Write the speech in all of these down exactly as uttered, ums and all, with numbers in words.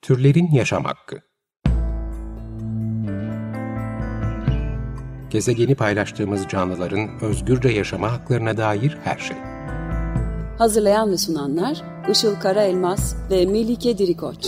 Türlerin yaşam hakkı. Gezegeni paylaştığımız canlıların özgürce yaşama haklarına dair her şey. Hazırlayan ve sunanlar Işıl Karaelmaz ve Melike Dirikoç.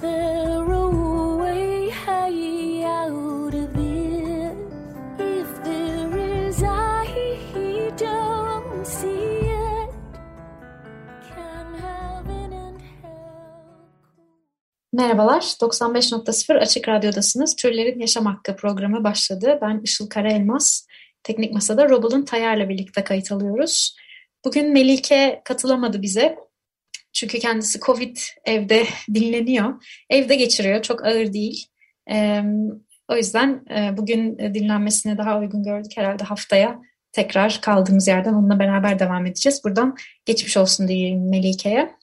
Merhabalar, doksan beş nokta sıfır Açık Radyo'dasınız. Türlerin Yaşam Hakkı programı başladı. Ben Işıl Karaelmaz. Teknik Masa'da Robal'ın Tayar'la birlikte kayıt alıyoruz. Bugün Melike katılamadı bize. Çünkü kendisi Covid evde dinleniyor. Evde geçiriyor, çok ağır değil. Ee, o yüzden e, bugün dinlenmesine daha uygun gördük. Herhalde haftaya tekrar kaldığımız yerden onunla beraber devam edeceğiz. Buradan geçmiş olsun diyeyim Melike'ye.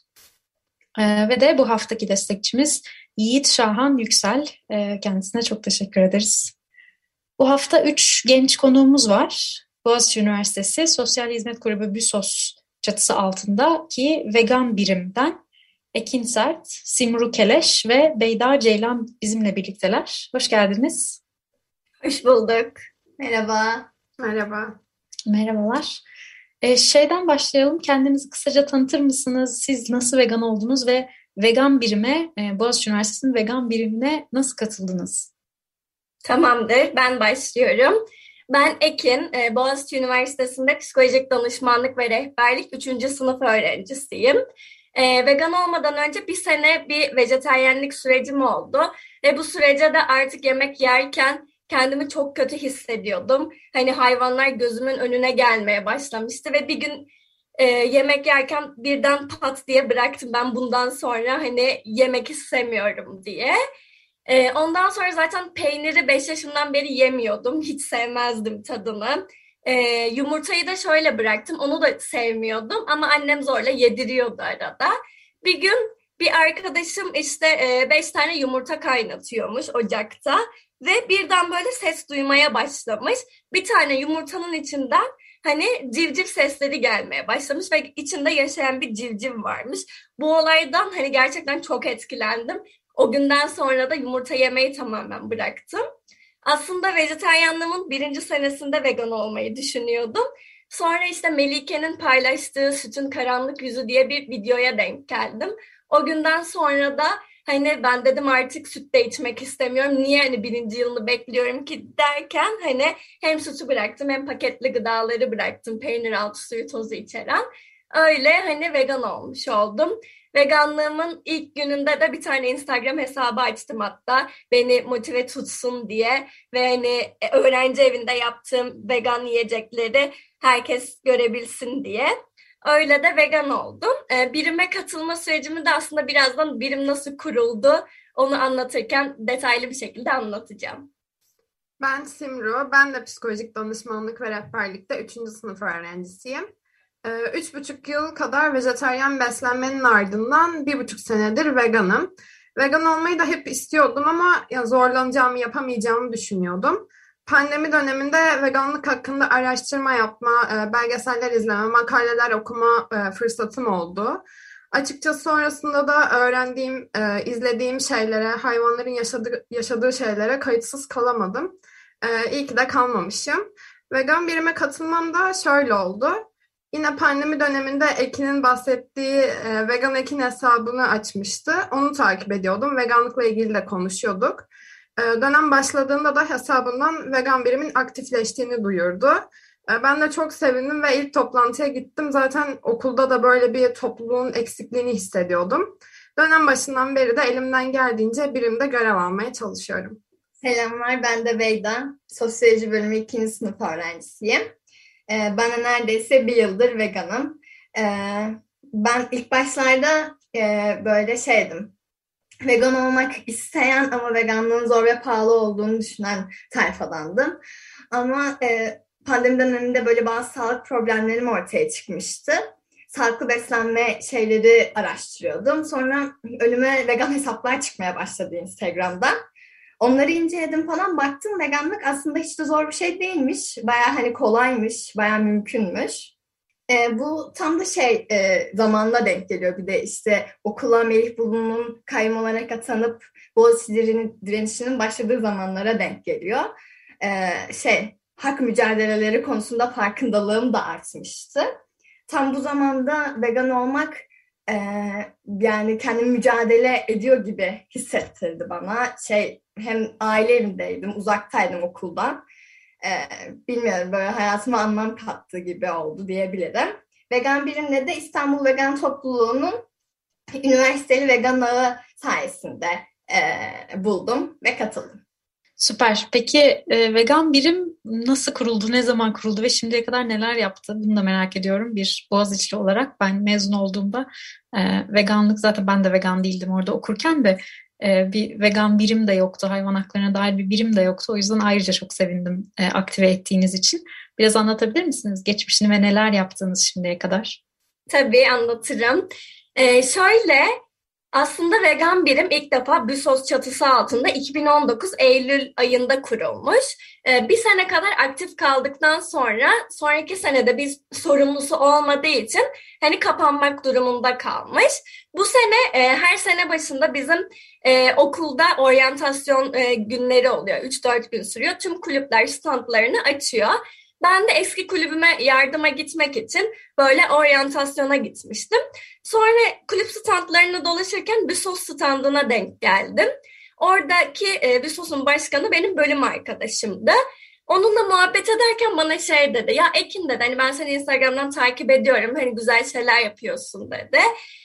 Ee, ve de bu haftaki destekçimiz Yiğit Şahan Yüksel. Ee, kendisine çok teşekkür ederiz. Bu hafta üç genç konuğumuz var. Boğaziçi Üniversitesi Sosyal Hizmet Kulübü BÜSOS çatısı altındaki vegan birimden Ekin Sert, Simru Keleş ve Beyda Ceylan bizimle birlikteler. Hoş geldiniz. Hoş bulduk. Merhaba. Merhaba. Merhabalar. Ee, şeyden başlayalım. Kendinizi kısaca tanıtır mısınız? Siz nasıl vegan oldunuz ve vegan birime, e, Boğaziçi Üniversitesi'nin vegan birimine nasıl katıldınız? Tamamdır. Ben başlıyorum. Ben Ekin, e, Boğaziçi Üniversitesi'nde psikolojik danışmanlık ve rehberlik üçüncü sınıf öğrencisiyim. E, vegan olmadan önce bir sene bir vejetaryenlik sürecim oldu. Ve bu sürece de artık yemek yerken kendimi çok kötü hissediyordum. Hani hayvanlar gözümün önüne gelmeye başlamıştı ve bir gün e, yemek yerken birden pat diye bıraktım. Ben bundan sonra hani yemek istemiyorum diye. E, ondan sonra zaten peyniri beş yaşımdan beri yemiyordum. Hiç sevmezdim tadını. E, yumurtayı da şöyle bıraktım. Onu da sevmiyordum ama annem zorla yediriyordu arada. Bir gün bir arkadaşım işte e, beş tane yumurta kaynatıyormuş ocakta. Ve birden böyle ses duymaya başlamış. Bir tane yumurtanın içinden hani civciv sesleri gelmeye başlamış ve içinde yaşayan bir civciv varmış. Bu olaydan hani gerçekten çok etkilendim. O günden sonra da yumurta yemeyi tamamen bıraktım. Aslında vejetaryenliğimin birinci senesinde vegan olmayı düşünüyordum. Sonra işte Melike'nin paylaştığı Sütün Karanlık Yüzü diye bir videoya denk geldim. O günden sonra da hani ben dedim artık süt de içmek istemiyorum. Niye hani birinci yılını bekliyorum ki derken hani hem sütü bıraktım hem paketli gıdaları bıraktım. Peynir altı suyu tozu içeren. Öyle hani vegan olmuş oldum. Veganlığımın ilk gününde de bir tane Instagram hesabı açtım hatta. Beni motive tutsun diye. Ve hani öğrenci evinde yaptığım vegan yiyecekleri herkes görebilsin diye. Öyle de vegan oldum. Ee, birime katılma sürecimi de aslında birazdan birim nasıl kuruldu onu anlatırken detaylı bir şekilde anlatacağım. Ben Simru. Ben de psikolojik danışmanlık ve rehberlikte üçüncü sınıf öğrencisiyim. Ee, üç buçuk yıl kadar vejetaryen beslenmenin ardından bir buçuk senedir veganım. Vegan olmayı da hep istiyordum ama ya zorlanacağımı, yapamayacağımı düşünüyordum. Pandemi döneminde veganlık hakkında araştırma yapma, belgeseller izleme, makaleler okuma fırsatım oldu. Açıkçası sonrasında da öğrendiğim, izlediğim şeylere, hayvanların yaşadığı, yaşadığı şeylere kayıtsız kalamadım. İyi ki de kalmamışım. Vegan birime katılmam da şöyle oldu. Yine pandemi döneminde Ekin'in bahsettiği Vegan Ekin hesabını açmıştı. Onu takip ediyordum. Veganlıkla ilgili de konuşuyorduk. Dönem başladığında da hesabından vegan birimin aktifleştiğini duyurdu. Ben de çok sevindim ve ilk toplantıya gittim. Zaten okulda da böyle bir topluluğun eksikliğini hissediyordum. Dönem başından beri de elimden geldiğince birimde görev almaya çalışıyorum. Selamlar, ben de Beyda. Sosyoloji bölümü ikinci sınıf öğrencisiyim. Ben de neredeyse bir yıldır veganım. Ben ilk başlarda böyle şeydim. Vegan olmak isteyen ama veganlığın zor ve pahalı olduğunu düşünen tayfadandım. Ama e, pandemi döneminde böyle bazı sağlık problemlerim ortaya çıkmıştı. Sağlıklı beslenme şeyleri araştırıyordum. Sonra önüme vegan hesaplar çıkmaya başladı Instagram'da. Onları inceledim falan, baktım veganlık aslında hiç de zor bir şey değilmiş. Bayağı hani kolaymış, bayağı mümkünmüş. E, bu tam da şey e, zamanla denk geliyor. Bir de işte okula Melih Bulu'nun kayyum olarak atanıp Boğaziçi direnişinin başladığı zamanlara denk geliyor. E, şey hak mücadeleleri konusunda farkındalığım da artmıştı. Tam bu zamanda vegan olmak e, yani kendimi mücadele ediyor gibi hissettirdi bana. Şey hem aile evindeydim, uzaktaydım okuldan. Ee, bilmiyorum böyle hayatıma anlam kattı gibi oldu diyebilirim. Vegan Birim'le de İstanbul Vegan Topluluğu'nun üniversiteli vegan ağı sayesinde e, buldum ve katıldım. Süper. Peki e, Vegan Birim nasıl kuruldu, ne zaman kuruldu ve şimdiye kadar neler yaptı? Bunu da merak ediyorum. Bir Boğaziçi'li olarak ben mezun olduğumda e, veganlık, zaten ben de vegan değildim orada okurken de e, bir vegan birim de yoktu. Hayvan haklarına dair bir birim de yoktu. O yüzden ayrıca çok sevindim e, aktive ettiğiniz için. Biraz anlatabilir misiniz geçmişini ve neler yaptığınız şimdiye kadar? Tabii anlatırım. Ee, şöyle aslında Vegan Birim ilk defa BÜSOS çatısı altında iki bin on dokuz Eylül ayında kurulmuş. Ee, bir sene kadar aktif kaldıktan sonra sonraki senede bir sorumlusu olmadığı için hani kapanmak durumunda kalmış. Bu sene e, her sene başında bizim e, okulda oryantasyon e, günleri oluyor. üç dört gün sürüyor. Tüm kulüpler standlarını açıyor. Ben de eski kulübüme yardıma gitmek için böyle oryantasyona gitmiştim. Sonra kulüp standlarını dolaşırken BÜSOS standına denk geldim. Oradaki e, BÜSOS'un başkanı benim bölüm arkadaşımdı. Onunla muhabbet ederken bana şey dedi. Ya Ekin dedi, hani ben seni Instagram'dan takip ediyorum. Hani güzel şeyler yapıyorsun dedi.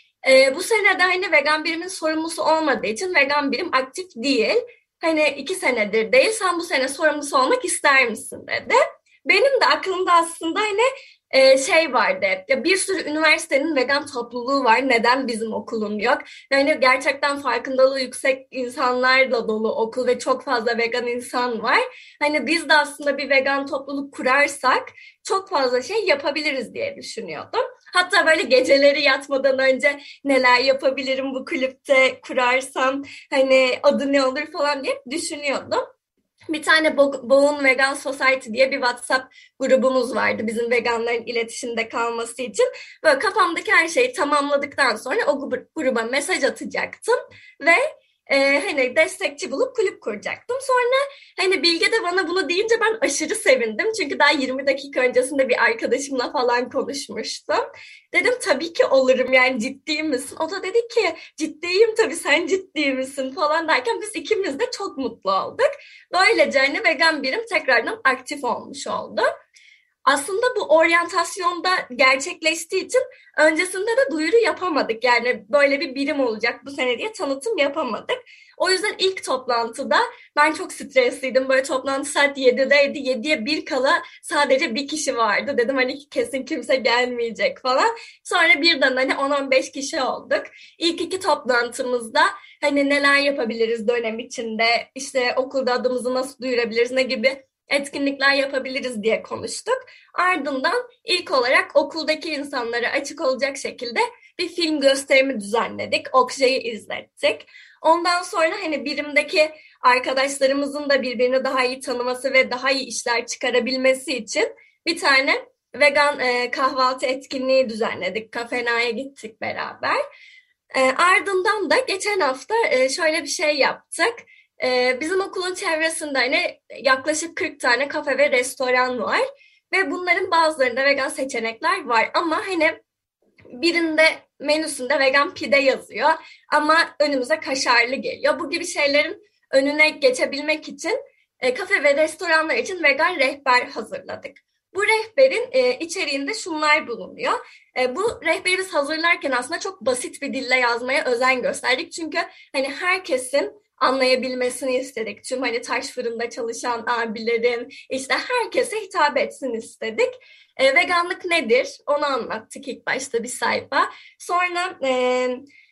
E, bu sene de hani Vegan Birim'in sorumlusu olmadığı için Vegan Birim aktif değil. Hani iki senedir değil. Sen bu sene sorumlusu olmak ister misin dedi. Benim de aklımda aslında hani e, şey vardı. Ya bir sürü üniversitenin vegan topluluğu var. Neden bizim okulun yok? Yani gerçekten farkındalığı yüksek insanlarla dolu okul ve çok fazla vegan insan var. Hani biz de aslında bir vegan topluluk kurarsak çok fazla şey yapabiliriz diye düşünüyordum. Hatta böyle geceleri yatmadan önce neler yapabilirim bu kulüpte kurarsam, hani adı ne olur falan diye düşünüyordum. Bir tane Boğun Vegan Society diye bir WhatsApp grubumuz vardı bizim veganların iletişimde kalması için. Böyle kafamdaki her şeyi tamamladıktan sonra o gruba mesaj atacaktım ve e, hani destekçi bulup kulüp kuracaktım. Sonra hani Bilge de bana bunu deyince ben aşırı sevindim. Çünkü daha yirmi dakika öncesinde bir arkadaşımla falan konuşmuştum. Dedim tabii ki olurum, yani ciddi misin? O da dedi ki ciddiyim tabii, sen ciddi misin falan derken biz ikimiz de çok mutlu olduk. Böylece hani Vegan Birim tekrardan aktif olmuş oldu. Aslında bu oryantasyonda gerçekleştiği için öncesinde de duyuru yapamadık. Yani böyle bir birim olacak bu sene diye tanıtım yapamadık. O yüzden ilk toplantıda ben çok stresliydim. Böyle toplantı saat yedideydi. yediye bir kala sadece bir kişi vardı. Dedim hani kesin kimse gelmeyecek falan. Sonra birden hani on on beş kişi olduk. İlk iki toplantımızda hani neler yapabiliriz dönem içinde, işte okulda adımızı nasıl duyurabiliriz, ne gibi etkinlikler yapabiliriz diye konuştuk. Ardından ilk olarak okuldaki insanlara açık olacak şekilde bir film gösterimi düzenledik. Okjay'ı izlettik. Ondan sonra hani birimdeki arkadaşlarımızın da birbirini daha iyi tanıması ve daha iyi işler çıkarabilmesi için bir tane vegan e, kahvaltı etkinliği düzenledik. Kafenaya gittik beraber. E, ardından da geçen hafta e, şöyle bir şey yaptık. Ee, bizim okulun çevresinde hani yaklaşık kırk tane kafe ve restoran var ve bunların bazılarında vegan seçenekler var ama hani birinde menüsünde vegan pide yazıyor ama önümüze kaşarlı geliyor. Bu gibi şeylerin önüne geçebilmek için e, kafe ve restoranlar için vegan rehber hazırladık. Bu rehberin e, içeriğinde şunlar bulunuyor. E, bu rehberi biz hazırlarken aslında çok basit bir dille yazmaya özen gösterdik. Çünkü hani herkesin anlayabilmesini istedik. Tüm hani taş fırında çalışan abilerin, işte herkese hitap etsin istedik. E, veganlık nedir? Onu anlattık ilk başta bir sayfa. Sonra e,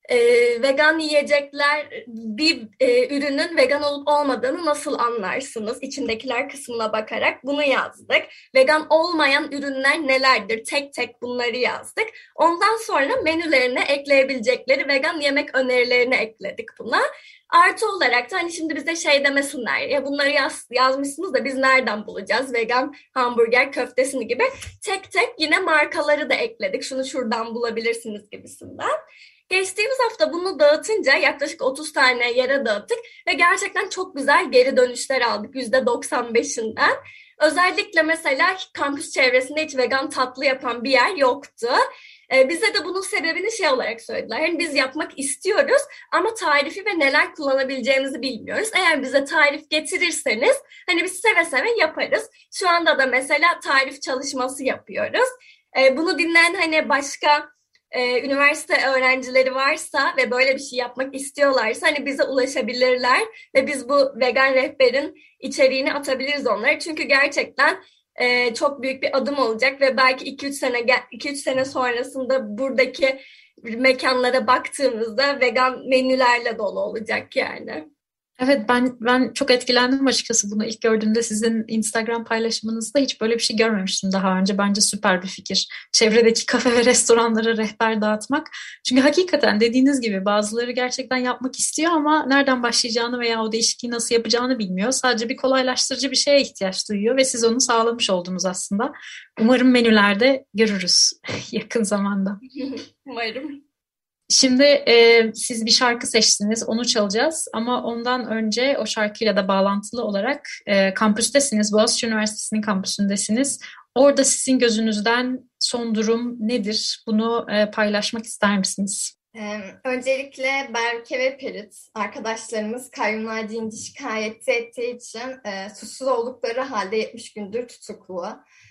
e, vegan yiyecekler bir e, ürünün vegan olup olmadığını nasıl anlarsınız? İçindekiler kısmına bakarak bunu yazdık. Vegan olmayan ürünler nelerdir? Tek tek bunları yazdık. Ondan sonra menülerine ekleyebilecekleri vegan yemek önerilerini ekledik buna. Artı olarak da hani şimdi bize şey demesinler ya bunları yaz, yazmışsınız da biz nereden bulacağız vegan hamburger köftesini gibi tek tek yine markaları da ekledik. Şunu şuradan bulabilirsiniz gibisinden. Geçtiğimiz hafta bunu dağıtınca yaklaşık otuz tane yere dağıttık ve gerçekten çok güzel geri dönüşler aldık yüzde doksan beşinden. Özellikle mesela kampüs çevresinde hiç vegan tatlı yapan bir yer yoktu. Ee, bize de bunun sebebini şey olarak söylediler. Yani biz yapmak istiyoruz ama tarifi ve neler kullanabileceğimizi bilmiyoruz. Eğer bize tarif getirirseniz hani biz seve seve yaparız. Şu anda da mesela tarif çalışması yapıyoruz. Ee, bunu dinleyen hani başka e, üniversite öğrencileri varsa ve böyle bir şey yapmak istiyorlarsa hani bize ulaşabilirler ve biz bu vegan rehberin içeriğini atabiliriz onlara. Çünkü gerçekten Ee, çok büyük bir adım olacak ve belki iki üç sene iki üç sene sonrasında buradaki mekanlara baktığımızda vegan menülerle dolu olacak yani. Evet ben ben çok etkilendim açıkçası bunu ilk gördüğümde sizin Instagram paylaşımınızda hiç böyle bir şey görmemiştim daha önce. Bence süper bir fikir. Çevredeki kafe ve restoranlara rehber dağıtmak. Çünkü hakikaten dediğiniz gibi bazıları gerçekten yapmak istiyor ama nereden başlayacağını veya o değişikliği nasıl yapacağını bilmiyor. Sadece bir kolaylaştırıcı bir şeye ihtiyaç duyuyor ve siz onu sağlamış oldunuz aslında. Umarım menülerde görürüz yakın zamanda. Umarım. Şimdi e, siz bir şarkı seçtiniz, onu çalacağız ama ondan önce o şarkıyla da bağlantılı olarak e, kampüstesiniz, Boğaziçi Üniversitesi'nin kampüsündesiniz. Orada sizin gözünüzden son durum nedir? Bunu e, paylaşmak ister misiniz? Ee, öncelikle Berke ve Perit arkadaşlarımız kayyumlar deyince şikayet ettiği için e, suçsuz oldukları halde yetmiş gündür tutuklu.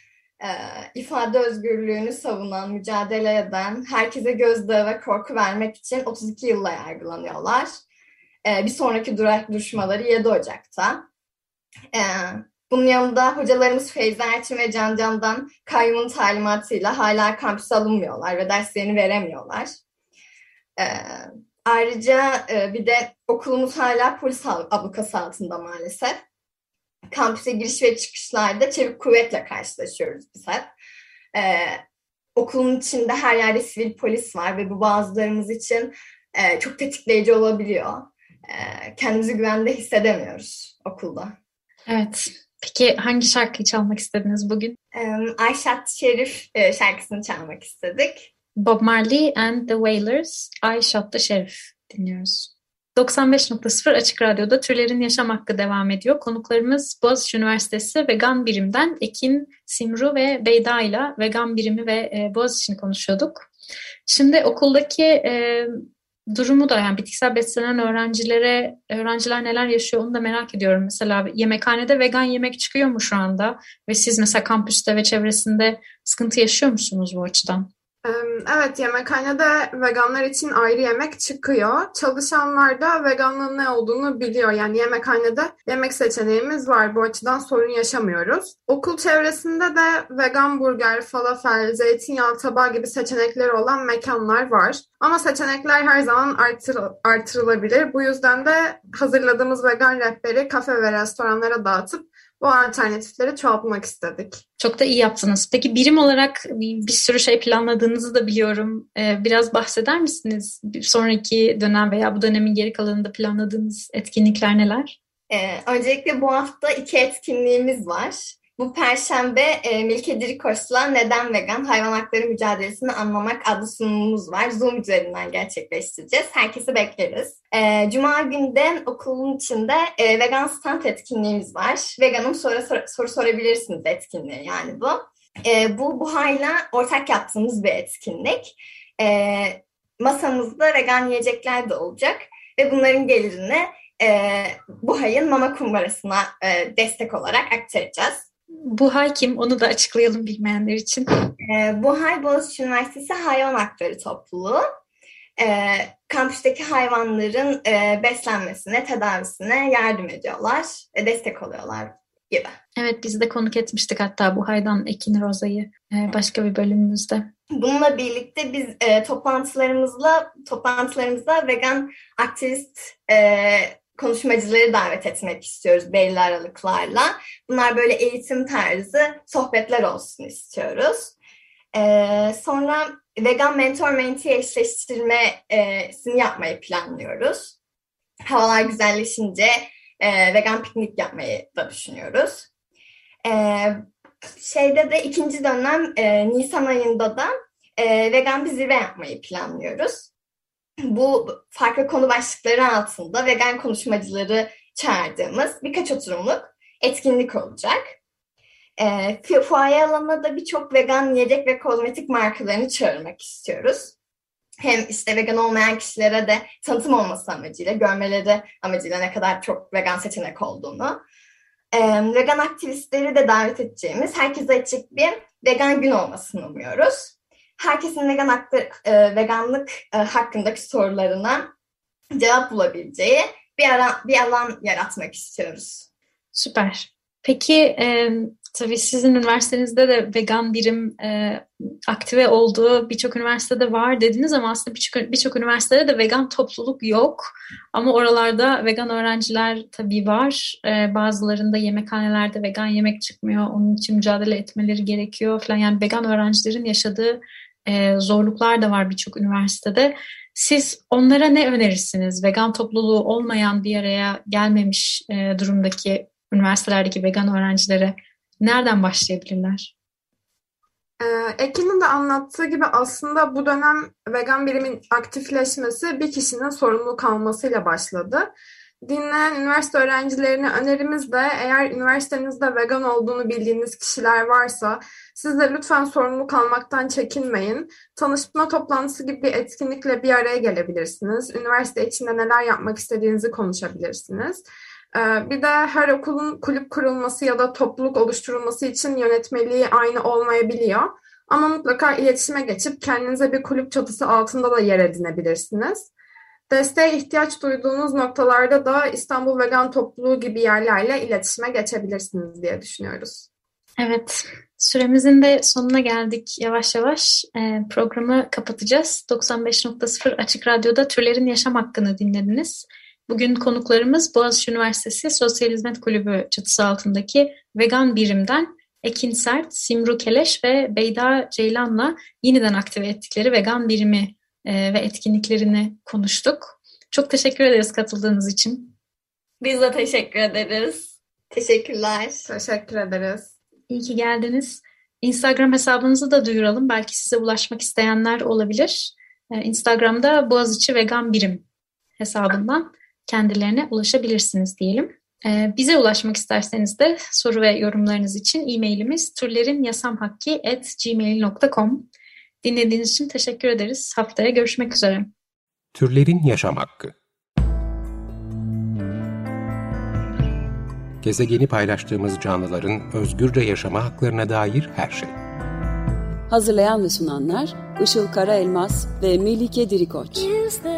E, ifade özgürlüğünü savunan, mücadele eden, herkese gözdağı ve korku vermek için otuz iki yılla yargılanıyorlar. E, bir sonraki durak duruşmaları yedi Ocak'ta. E, bunun yanında hocalarımız Feyza Erçin ve Can Can'dan kayyumun talimatıyla hala kampüse alınmıyorlar ve derslerini veremiyorlar. E, ayrıca e, bir de okulumuz hala polis ablukası altında maalesef. Kampüse giriş ve çıkışlarda çevik kuvvetle karşılaşıyoruz biz hep. Ee, okulun içinde her yerde sivil polis var ve bu bazılarımız için e, çok tetikleyici olabiliyor. E, kendimizi güvende hissedemiyoruz okulda. Evet. Peki hangi şarkıyı çalmak istediniz bugün? E, I Shot Sheriff e, şarkısını çalmak istedik. Bob Marley and the Wailers, I Shot the Sheriff dinliyoruz. doksan beş nokta sıfır Açık Radyo'da Türlerin Yaşam Hakkı devam ediyor. Konuklarımız Boğaziçi Üniversitesi Vegan Birim'den Ekin, Simru ve Beyda ile Vegan Birimi ve e, Boğaziçi'ni konuşuyorduk. Şimdi okuldaki e, durumu da yani bitkisel beslenen öğrencilere öğrenciler neler yaşıyor onu da merak ediyorum. Mesela yemekhanede vegan yemek çıkıyor mu şu anda? Ve siz mesela kampüste ve çevresinde sıkıntı yaşıyor musunuz bu açıdan? Evet, yemekhanede veganlar için ayrı yemek çıkıyor. Çalışanlar da veganlığın ne olduğunu biliyor. Yani yemekhanede yemek seçeneğimiz var. Bu açıdan sorun yaşamıyoruz. Okul çevresinde de vegan burger, falafel, zeytinyağlı tabağı gibi seçenekleri olan mekanlar var. Ama seçenekler her zaman artır, artırılabilir. Bu yüzden de hazırladığımız vegan rehberi kafe ve restoranlara dağıtıp bu alternatifleri çoğaltmak istedik. Çok da iyi yaptınız. Peki birim olarak bir sürü şey planladığınızı da biliyorum. Ee, biraz bahseder misiniz? Bir sonraki dönem veya bu dönemin geri kalanında planladığınız etkinlikler neler? Ee, öncelikle bu hafta iki etkinliğimiz var. Bu Perşembe e, Melike Dirikoç'la Neden Vegan? Hayvan Hakları Mücadelesini Anlamak adlı sunumumuz var. Zoom üzerinden gerçekleştireceğiz. Herkesi bekleriz. E, Cuma günde okulun içinde e, vegan stand etkinliğimiz var. Veganım soru, soru, soru sorabilirsiniz etkinliği yani bu. E, bu Buhay'la ortak yaptığımız bir etkinlik. E, masamızda vegan yiyecekler de olacak ve bunların gelirini e, Buhay'ın mama kumbarasına e, destek olarak aktaracağız. Buhay kim? Onu da açıklayalım bilmeyenler için. E, Buhay Boğaziçi Üniversitesi Hayvan Hakları Topluluğu. E, kampüsteki hayvanların e, beslenmesine, tedavisine yardım ediyorlar, e, destek oluyorlar gibi. Evet, biz de konuk etmiştik hatta Buhay'dan Ekin Roza'yı e, başka bir bölümümüzde. Bununla birlikte biz e, toplantılarımızla toplantılarımızda vegan aktivist e, konuşmacıları davet etmek istiyoruz belli aralıklarla. Bunlar böyle eğitim tarzı sohbetler olsun istiyoruz. E, sonra vegan mentor-mentee eşleştirmesini yapmayı planlıyoruz. Havalar güzelleşince e, vegan piknik yapmayı da düşünüyoruz. E, şeyde de ikinci dönem e, Nisan ayında da e, vegan bir zirve yapmayı planlıyoruz. Bu farklı konu başlıkları altında vegan konuşmacıları çağırdığımız birkaç oturumluk etkinlik olacak. E, fuaye alanına da birçok vegan yiyecek ve kozmetik markalarını çağırmak istiyoruz. Hem işte vegan olmayan kişilere de tanıtım olması amacıyla, görmeleri amacıyla ne kadar çok vegan seçenek olduğunu. E, vegan aktivistleri de davet edeceğimiz, herkese açık bir vegan gün olmasını umuyoruz. Herkesin vegan hakkı, e, veganlık e, hakkındaki sorularına cevap bulabileceği bir, ara, bir alan yaratmak istiyoruz. Süper. Peki e, tabii sizin üniversitenizde de vegan birim e, aktive olduğu birçok üniversitede var dediniz ama aslında birçok birçok üniversitede de vegan topluluk yok. Ama oralarda vegan öğrenciler tabii var. E, bazılarında yemekhanelerde vegan yemek çıkmıyor. Onun için mücadele etmeleri gerekiyor falan. Yani vegan öğrencilerin yaşadığı e, zorluklar da var birçok üniversitede. Siz onlara ne önerirsiniz? Vegan topluluğu olmayan, bir araya gelmemiş e, durumdaki üniversitelerdeki vegan öğrencilere nereden başlayabilirler? Ee, Ekin'in de anlattığı gibi aslında bu dönem vegan birimin aktifleşmesi bir kişinin sorumluluk almasıyla başladı. Dinleyen üniversite öğrencilerine önerimiz de eğer üniversitenizde vegan olduğunu bildiğiniz kişiler varsa siz de lütfen sorumluluk almaktan çekinmeyin. Tanışma toplantısı gibi bir etkinlikle bir araya gelebilirsiniz. Üniversite içinde neler yapmak istediğinizi konuşabilirsiniz. Bir de her okulun kulüp kurulması ya da topluluk oluşturulması için yönetmeliği aynı olmayabiliyor. Ama mutlaka iletişime geçip kendinize bir kulüp çatısı altında da yer edinebilirsiniz. Desteğe ihtiyaç duyduğunuz noktalarda da İstanbul Vegan Topluluğu gibi yerlerle iletişime geçebilirsiniz diye düşünüyoruz. Evet, süremizin de sonuna geldik yavaş yavaş. Programı kapatacağız. doksan beş nokta sıfır Açık Radyo'da Türlerin Yaşam Hakkını dinlediniz. Bugün konuklarımız Boğaziçi Üniversitesi Sosyal Hizmet Kulübü çatısı altındaki vegan birimden Ekin Sert, Simru Keleş ve Beyda Ceylan'la yeniden aktive ettikleri vegan birimi e, ve etkinliklerini konuştuk. Çok teşekkür ederiz katıldığınız için. Biz de teşekkür ederiz. Teşekkürler. Teşekkür ederiz. İyi ki geldiniz. Instagram hesabınızı da duyuralım. Belki size ulaşmak isteyenler olabilir. E, Instagram'da Boğaziçi Vegan Birim hesabından kendilerine ulaşabilirsiniz diyelim. Ee, bize ulaşmak isterseniz de soru ve yorumlarınız için e-mailimiz türlerinyasamhakki at gmail nokta com. Dinlediğiniz için teşekkür ederiz. Haftaya görüşmek üzere. Türlerin Yaşam Hakkı. Gezegeni paylaştığımız canlıların özgürce yaşama haklarına dair her şey. Hazırlayan ve sunanlar Işıl Karaelmaz ve Melike Dirikoç.